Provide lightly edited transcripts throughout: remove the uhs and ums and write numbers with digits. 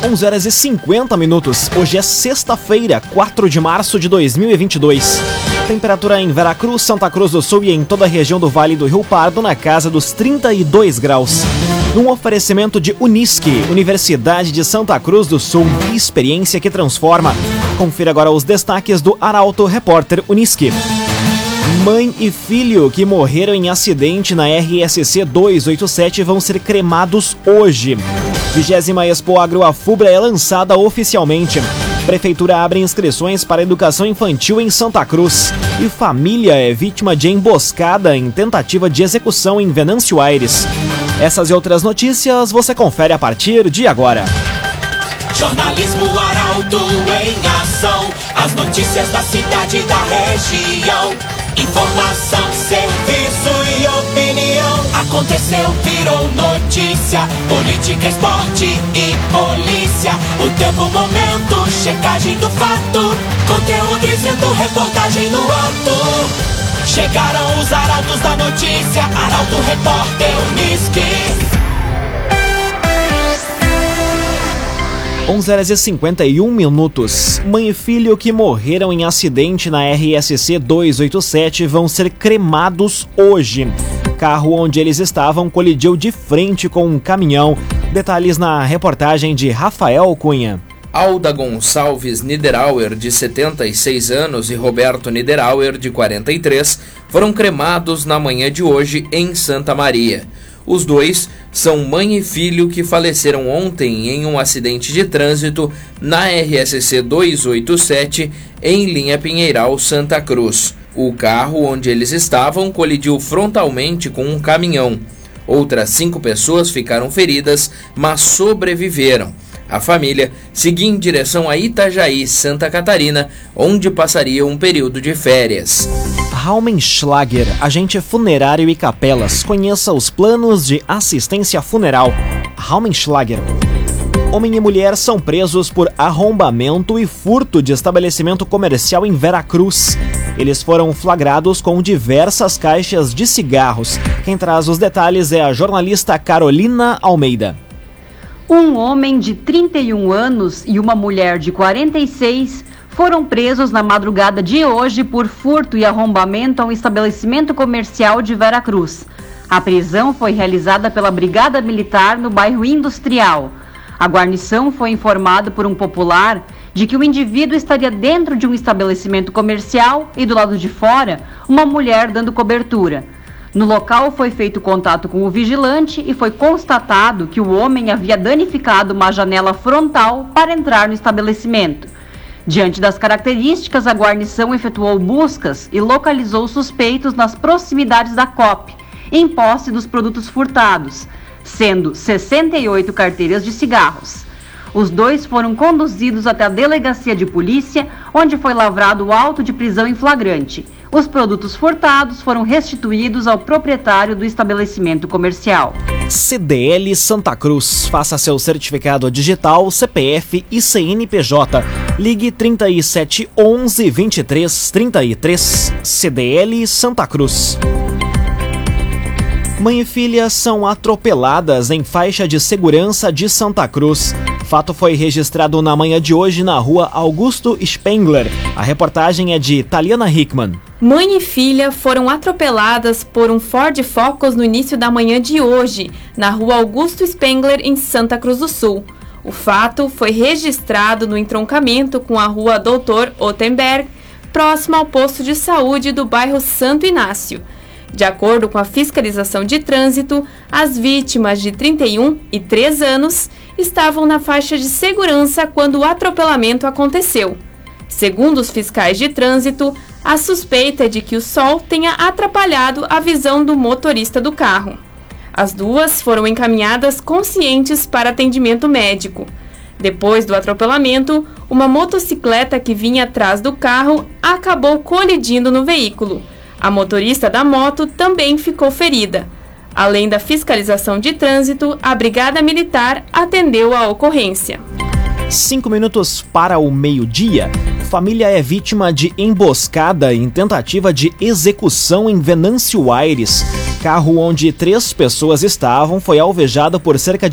11h50. Hoje é sexta-feira, 4 de março de 2022. Temperatura em Veracruz, Santa Cruz do Sul e em toda a região do Vale do Rio Pardo na casa dos 32 graus. Num oferecimento de Unisque, Universidade de Santa Cruz do Sul, experiência que transforma. Confira agora os destaques do Arauto Repórter Unisque. Mãe e filho que morreram em acidente na RSC 287 vão ser cremados hoje. 20ª Expo Agroafubra é lançada oficialmente. Prefeitura abre inscrições para educação infantil em Santa Cruz. E família é vítima de emboscada em tentativa de execução em Venâncio Aires. Essas e outras notícias você confere a partir de agora. Jornalismo Arauto em ação. As notícias da cidade e da região. Informação, serviço e opinião. Aconteceu, virou notícia. Política, esporte e polícia. O tempo, momento, checagem do fato. Conteúdo dizendo, reportagem no ato. Chegaram os arautos da notícia. Arauto Repórter Unisque. 11h51. Mãe e filho que morreram em acidente na RSC 287 vão ser cremados hoje. Carro onde eles estavam colidiu de frente com um caminhão. Detalhes na reportagem de Rafael Cunha. Alda Gonçalves Niederauer, de 76 anos, e Roberto Niederauer, de 43, foram cremados na manhã de hoje em Santa Maria. Os dois são mãe e filho que faleceram ontem em um acidente de trânsito na RSC 287 em linha Pinheiral, Santa Cruz. O carro onde eles estavam colidiu frontalmente com um caminhão. Outras 5 pessoas ficaram feridas, mas sobreviveram. A família seguia em direção a Itajaí, Santa Catarina, onde passaria um período de férias. Raumenschlager, agente funerário e capelas. Conheça os planos de assistência funeral. Raumenschlager. Homem e mulher são presos por arrombamento e furto de estabelecimento comercial em Veracruz. Eles foram flagrados com diversas caixas de cigarros. Quem traz os detalhes é a jornalista Carolina Almeida. Um homem de 31 anos e uma mulher de 46 foram presos na madrugada de hoje por furto e arrombamento a um estabelecimento comercial de Veracruz. A prisão foi realizada pela Brigada Militar no bairro Industrial. A guarnição foi informada por um popular de que o indivíduo estaria dentro de um estabelecimento comercial e do lado de fora, uma mulher dando cobertura. No local foi feito contato com o vigilante e foi constatado que o homem havia danificado uma janela frontal para entrar no estabelecimento. Diante das características, a guarnição efetuou buscas e localizou suspeitos nas proximidades da COP, em posse dos produtos furtados, sendo 68 carteiras de cigarros. Os dois foram conduzidos até a delegacia de polícia, onde foi lavrado o auto de prisão em flagrante. Os produtos furtados foram restituídos ao proprietário do estabelecimento comercial. CDL Santa Cruz. Faça seu certificado digital, CPF e CNPJ. Ligue 37 11 23 33. CDL Santa Cruz. Mãe e filha são atropeladas em faixa de segurança de Santa Cruz. Fato foi registrado na manhã de hoje na rua Augusto Spengler. A reportagem é de Taliana Hickman. Mãe e filha foram atropeladas por um Ford Focus no início da manhã de hoje, na rua Augusto Spengler, em Santa Cruz do Sul. O fato foi registrado no entroncamento com a rua Dr. Ottenberg, próximo ao posto de saúde do bairro Santo Inácio. De acordo com a fiscalização de trânsito, as vítimas de 31 e 3 anos estavam na faixa de segurança quando o atropelamento aconteceu. Segundo os fiscais de trânsito, a suspeita é de que o sol tenha atrapalhado a visão do motorista do carro. As duas foram encaminhadas conscientes para atendimento médico. Depois do atropelamento, uma motocicleta que vinha atrás do carro acabou colidindo no veículo. A motorista da moto também ficou ferida. Além da fiscalização de trânsito, a Brigada Militar atendeu a ocorrência. 5 minutos para o meio-dia. Família é vítima de emboscada em tentativa de execução em Venâncio Aires. Carro onde 3 pessoas estavam foi alvejado por cerca de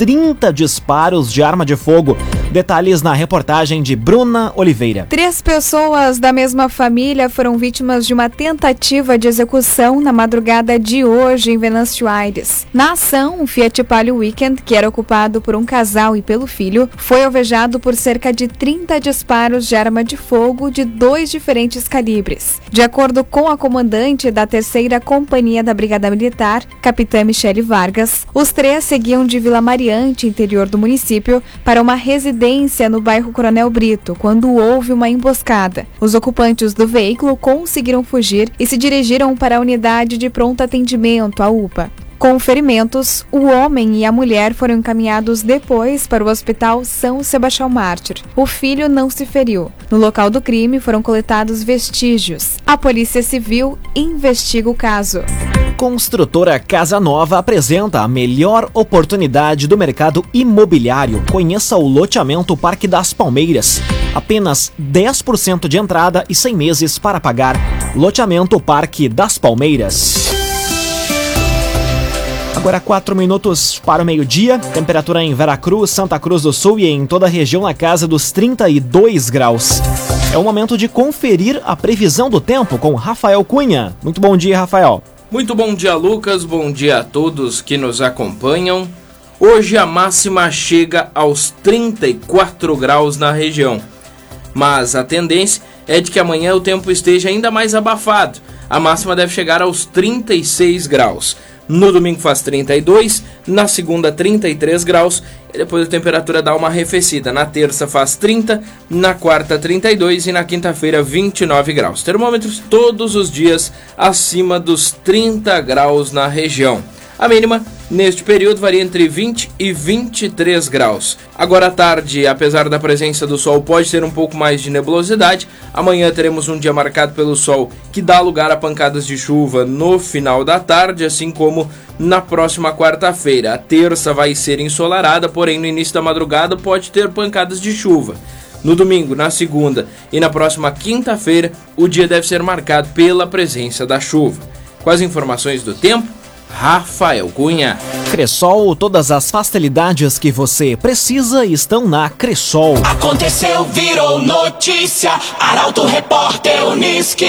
30 disparos de arma de fogo. Detalhes na reportagem de Bruna Oliveira. 3 pessoas da mesma família foram vítimas de uma tentativa de execução na madrugada de hoje em Venâncio Aires. Na ação, um Fiat Palio Weekend, que era ocupado por um casal e pelo filho, foi alvejado por cerca de 30 disparos de arma de fogo de 2 diferentes calibres. De acordo com a comandante da 3ª Companhia da Brigada Militar, capitã Michele Vargas, os 3 seguiam de Vila Mariante, interior do município, para uma residência no bairro Coronel Brito, quando houve uma emboscada. Os ocupantes do veículo conseguiram fugir e se dirigiram para a unidade de pronto atendimento, a UPA. Com ferimentos, o homem e a mulher foram encaminhados depois para o Hospital São Sebastião Mártir. O filho não se feriu. No local do crime foram coletados vestígios. A Polícia Civil investiga o caso. Construtora Casa Nova apresenta a melhor oportunidade do mercado imobiliário. Conheça o loteamento Parque das Palmeiras. Apenas 10% de entrada e 100 meses para pagar. Loteamento Parque das Palmeiras. Agora 4 minutos para o meio-dia. Temperatura em Veracruz, Santa Cruz do Sul e em toda a região na casa dos 32 graus. É o momento de conferir a previsão do tempo com Rafael Cunha. Muito bom dia, Rafael. Muito bom dia, Lucas. Bom dia a todos que nos acompanham. Hoje a máxima chega aos 34 graus na região. Mas a tendência é de que amanhã o tempo esteja ainda mais abafado. A máxima deve chegar aos 36 graus. No domingo faz 32, na segunda 33 graus e depois a temperatura dá uma arrefecida. Na terça faz 30, na quarta 32 e na quinta-feira 29 graus. Termômetros todos os dias acima dos 30 graus na região. A mínima neste período varia entre 20 e 23 graus. Agora à tarde, apesar da presença do sol, pode ter um pouco mais de nebulosidade. Amanhã teremos um dia marcado pelo sol que dá lugar a pancadas de chuva no final da tarde, assim como na próxima quarta-feira. A terça vai ser ensolarada, porém no início da madrugada pode ter pancadas de chuva. No domingo, na segunda e na próxima quinta-feira, o dia deve ser marcado pela presença da chuva. Com as informações do tempo, Rafael Cunha. Cressol, todas as facilidades que você precisa estão na Cressol. Aconteceu, virou notícia. Arauto Repórter Unisque.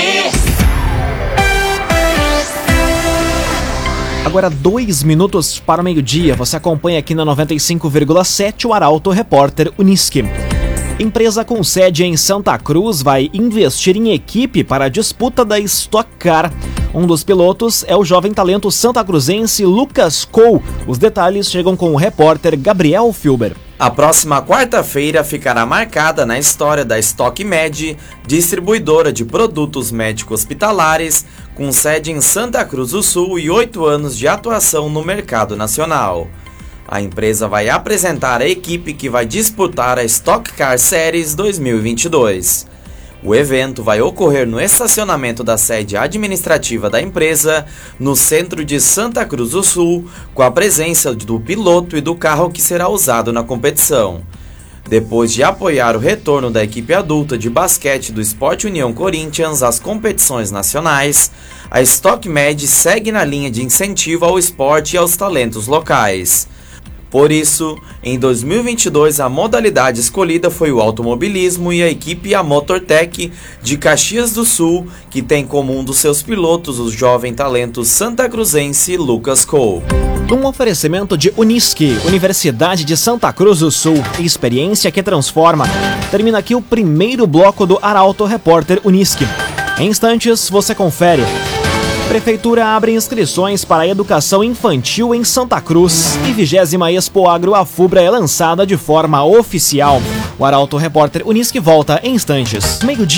Agora 2 minutos para o meio-dia. Você acompanha aqui na 95,7 o Arauto Repórter Unisque. Empresa com sede em Santa Cruz vai investir em equipe para a disputa da Stock Car. Um dos pilotos é o jovem talento santacruzense Lucas Cole. Os detalhes chegam com o repórter Gabriel Filber. A próxima quarta-feira ficará marcada na história da Stock Med, distribuidora de produtos médico-hospitalares, com sede em Santa Cruz do Sul e 8 anos de atuação no mercado nacional. A empresa vai apresentar a equipe que vai disputar a Stock Car Series 2022. O evento vai ocorrer no estacionamento da sede administrativa da empresa, no centro de Santa Cruz do Sul, com a presença do piloto e do carro que será usado na competição. Depois de apoiar o retorno da equipe adulta de basquete do Sport União Corinthians às competições nacionais, a Stock Med segue na linha de incentivo ao esporte e aos talentos locais. Por isso, em 2022, a modalidade escolhida foi o automobilismo e a equipe A Motortec de Caxias do Sul, que tem como um dos seus pilotos o jovem talento santacruzense Lucas Cole. Um oferecimento de Unisque, Universidade de Santa Cruz do Sul, experiência que transforma. Termina aqui o primeiro bloco do Arauto Repórter Unisque. Em instantes, você confere. Prefeitura abre inscrições para a educação infantil em Santa Cruz e 20ª Expo Agro Afubra é lançada de forma oficial. O Arauto Repórter Unisque volta em instantes.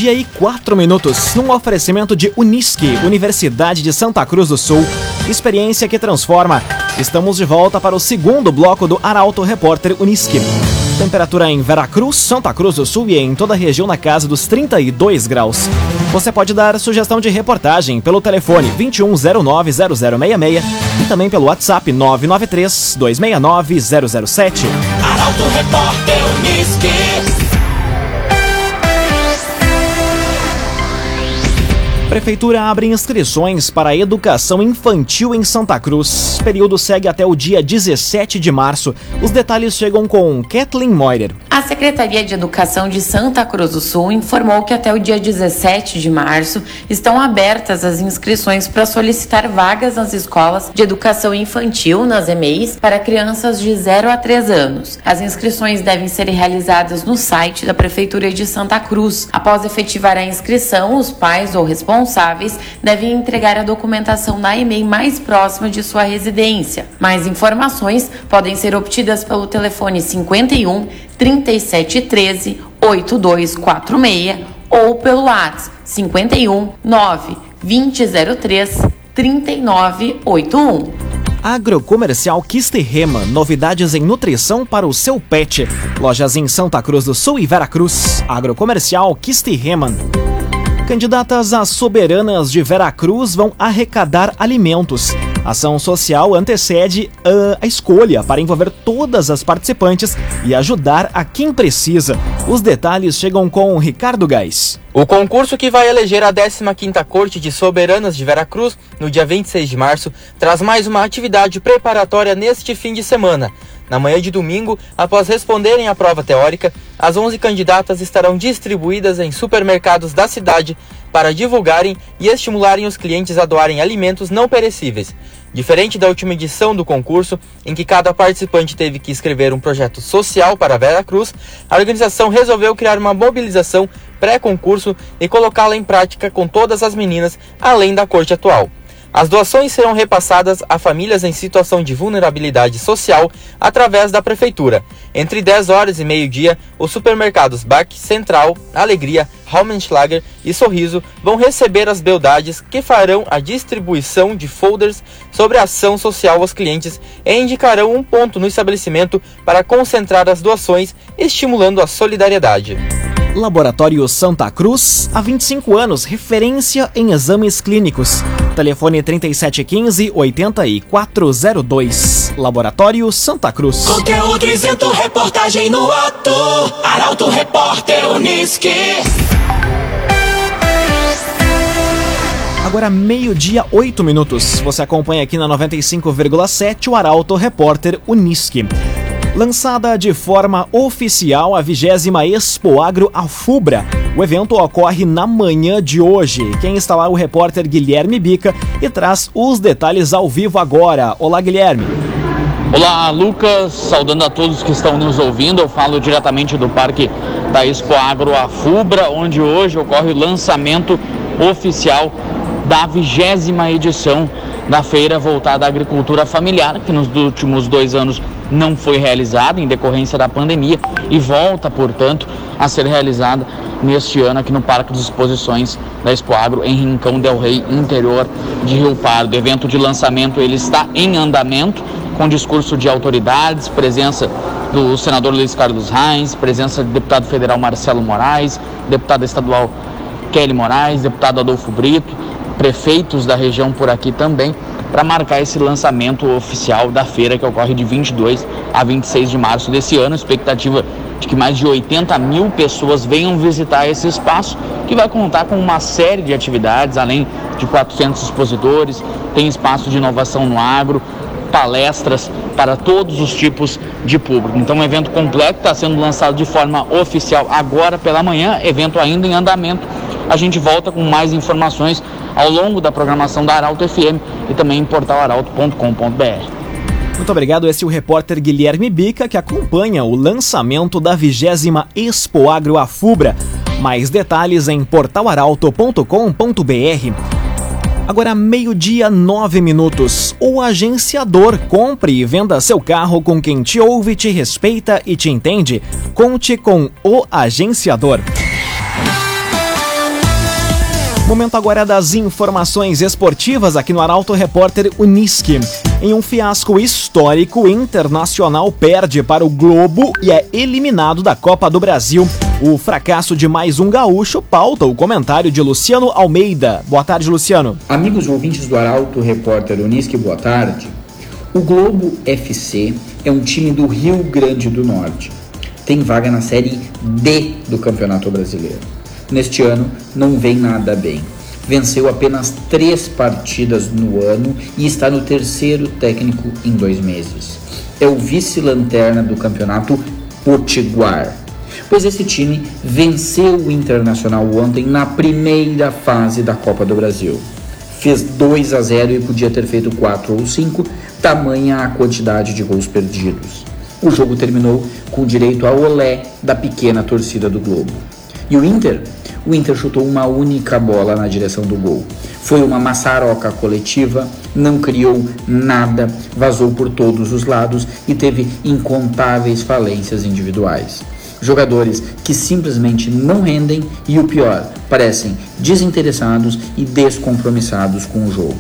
12:04, num oferecimento de Unisque, Universidade de Santa Cruz do Sul. Experiência que transforma. Estamos de volta para o segundo bloco do Arauto Repórter Unisque. Temperatura em Veracruz, Santa Cruz do Sul e em toda a região na casa dos 32 graus. Você pode dar sugestão de reportagem pelo telefone 2109-0066 e também pelo WhatsApp 993-269-007. Arauto Repórter Unisque. Prefeitura abre inscrições para a educação infantil em Santa Cruz. O período segue até o dia 17 de março. Os detalhes chegam com Kathleen Moirer. A Secretaria de Educação de Santa Cruz do Sul informou que até o dia 17 de março estão abertas as inscrições para solicitar vagas nas escolas de educação infantil, nas EMEIs, para crianças de 0 a 3 anos. As inscrições devem ser realizadas no site da Prefeitura de Santa Cruz. Após efetivar a inscrição, os pais ou responsáveis devem entregar a documentação na EMEI mais próxima de sua residência. Mais informações podem ser obtidas pelo telefone 51 3713 8246 ou pelo WhatsApp 51 9 2003 3981. Agrocomercial Kisterreman, novidades em nutrição para o seu pet. Lojas em Santa Cruz do Sul e Veracruz. Agrocomercial Kisterreman. Candidatas a soberanas de Veracruz vão arrecadar alimentos. A ação social antecede a escolha para envolver todas as participantes e ajudar a quem precisa. Os detalhes chegam com Ricardo Gás. O concurso que vai eleger a 15ª Corte de Soberanas de Veracruz, no dia 26 de março, traz mais uma atividade preparatória neste fim de semana. Na manhã de domingo, após responderem à prova teórica, as 11 candidatas estarão distribuídas em supermercados da cidade para divulgarem e estimularem os clientes a doarem alimentos não perecíveis. Diferente da última edição do concurso, em que cada participante teve que escrever um projeto social para Veracruz, a organização resolveu criar uma mobilização pré-concurso e colocá-la em prática com todas as meninas, além da corte atual. As doações serão repassadas a famílias em situação de vulnerabilidade social através da Prefeitura. Entre 10 horas e meio-dia, os supermercados Bach, Central, Alegria, Raumenschlager e Sorriso vão receber as beldades que farão a distribuição de folders sobre a ação social aos clientes e indicarão um ponto no estabelecimento para concentrar as doações, estimulando a solidariedade. Laboratório Santa Cruz, há 25 anos, referência em exames clínicos. Telefone 3715-8402. Laboratório Santa Cruz. Conteúdo isento, reportagem no ato. Arauto Repórter Unisque. Agora 12:08. Você acompanha aqui na 95,7 o Arauto Repórter Unisque. Lançada de forma oficial a 20ª Expo Agro Afubra. O evento ocorre na manhã de hoje. Quem está lá é o repórter Guilherme Bica e traz os detalhes ao vivo agora. Olá, Guilherme. Olá, Lucas. Saudando a todos que estão nos ouvindo. Eu falo diretamente do Parque da Expo Agro Afubra, onde hoje ocorre o lançamento oficial da 20ª edição da feira voltada à agricultura familiar, que nos últimos 2 anos não foi realizada em decorrência da pandemia e volta, portanto, a ser realizada neste ano aqui no Parque de Exposições da Expo Agro em Rincão del Rei, interior de Rio Pardo. O evento de lançamento ele está em andamento, com discurso de autoridades, presença do senador Luiz Carlos Reis, presença do deputado federal Marcelo Moraes, deputada estadual Kelly Moraes, deputado Adolfo Brito, prefeitos da região por aqui também, para marcar esse lançamento oficial da feira que ocorre de 22 a 26 de março desse ano. Expectativa de que mais de 80 mil pessoas venham visitar esse espaço, que vai contar com uma série de atividades, além de 400 expositores, tem espaço de inovação no agro, palestras para todos os tipos de público. Então, um evento completo está sendo lançado de forma oficial agora pela manhã, evento ainda em andamento. A gente volta com mais informações ao longo da programação da Arauto FM e também em portalarauto.com.br. Muito obrigado, esse é o repórter Guilherme Bica, que acompanha o lançamento da 20ª Expo Agro Afubra. Mais detalhes em portalarauto.com.br. Agora 12:09. O agenciador. Compre e venda seu carro com quem te ouve, te respeita e te entende. Conte com o agenciador. Momento agora das informações esportivas aqui no Arauto Repórter Unisque. Em um fiasco histórico, o Internacional perde para o Globo e é eliminado da Copa do Brasil. O fracasso de mais um gaúcho pauta o comentário de Luciano Almeida. Boa tarde, Luciano. Amigos ouvintes do Arauto Repórter Unisque, boa tarde. O Globo FC é um time do Rio Grande do Norte. Tem vaga na Série D do Campeonato Brasileiro. Neste ano não vem nada bem. venceu apenas 3 partidas no ano e está no 3º técnico em 2 meses. É o vice-lanterna do campeonato potiguar, pois esse time venceu o Internacional ontem na primeira fase da Copa do Brasil. Fez 2-0 e podia ter feito 4 ou 5, tamanha a quantidade de gols perdidos. O jogo terminou com direito a olé da pequena torcida do Globo. E o Inter? O Inter chutou uma única bola na direção do gol. Foi uma maçaroca coletiva, não criou nada, vazou por todos os lados e teve incontáveis falências individuais. Jogadores que simplesmente não rendem e, o pior, parecem desinteressados e descompromissados com o jogo.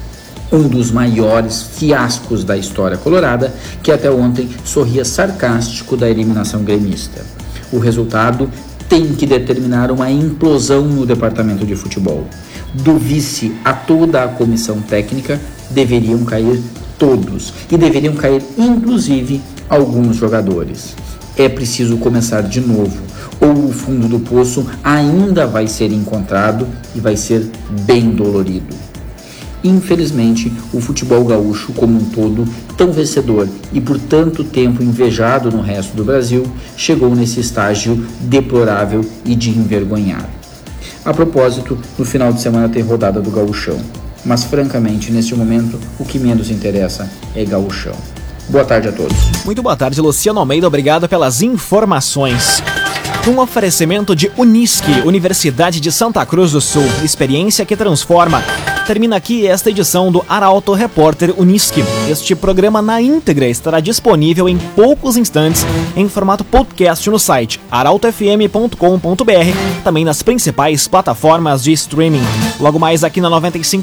Um dos maiores fiascos da história colorada, que até ontem sorria sarcástico da eliminação gremista. O resultado tem que determinar uma implosão no departamento de futebol. Do vice a toda a comissão técnica deveriam cair todos e deveriam cair inclusive alguns jogadores. É preciso começar de novo, ou o fundo do poço ainda vai ser encontrado e vai ser bem dolorido. Infelizmente, o futebol gaúcho como um todo, tão vencedor e por tanto tempo invejado no resto do Brasil, chegou nesse estágio deplorável e de envergonhar. A propósito, no final de semana tem rodada do Gauchão, mas francamente, neste momento, o que menos interessa é Gauchão. Boa tarde a todos. Muito boa tarde, Luciano Almeida, obrigado pelas informações. Um oferecimento de Unisque, Universidade de Santa Cruz do Sul, experiência que transforma. Termina aqui esta edição do Arauto Repórter Unisque. Este programa na íntegra estará disponível em poucos instantes em formato podcast no site arautofm.com.br, também nas principais plataformas de streaming. Logo mais aqui na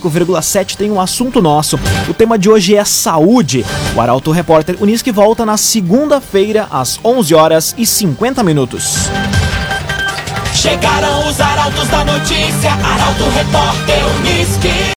95,7 tem um assunto nosso. O tema de hoje é saúde. O Arauto Repórter Unisque volta na segunda-feira às 11h50. Chegaram os arautos da notícia, Arauto Repórter Unisque.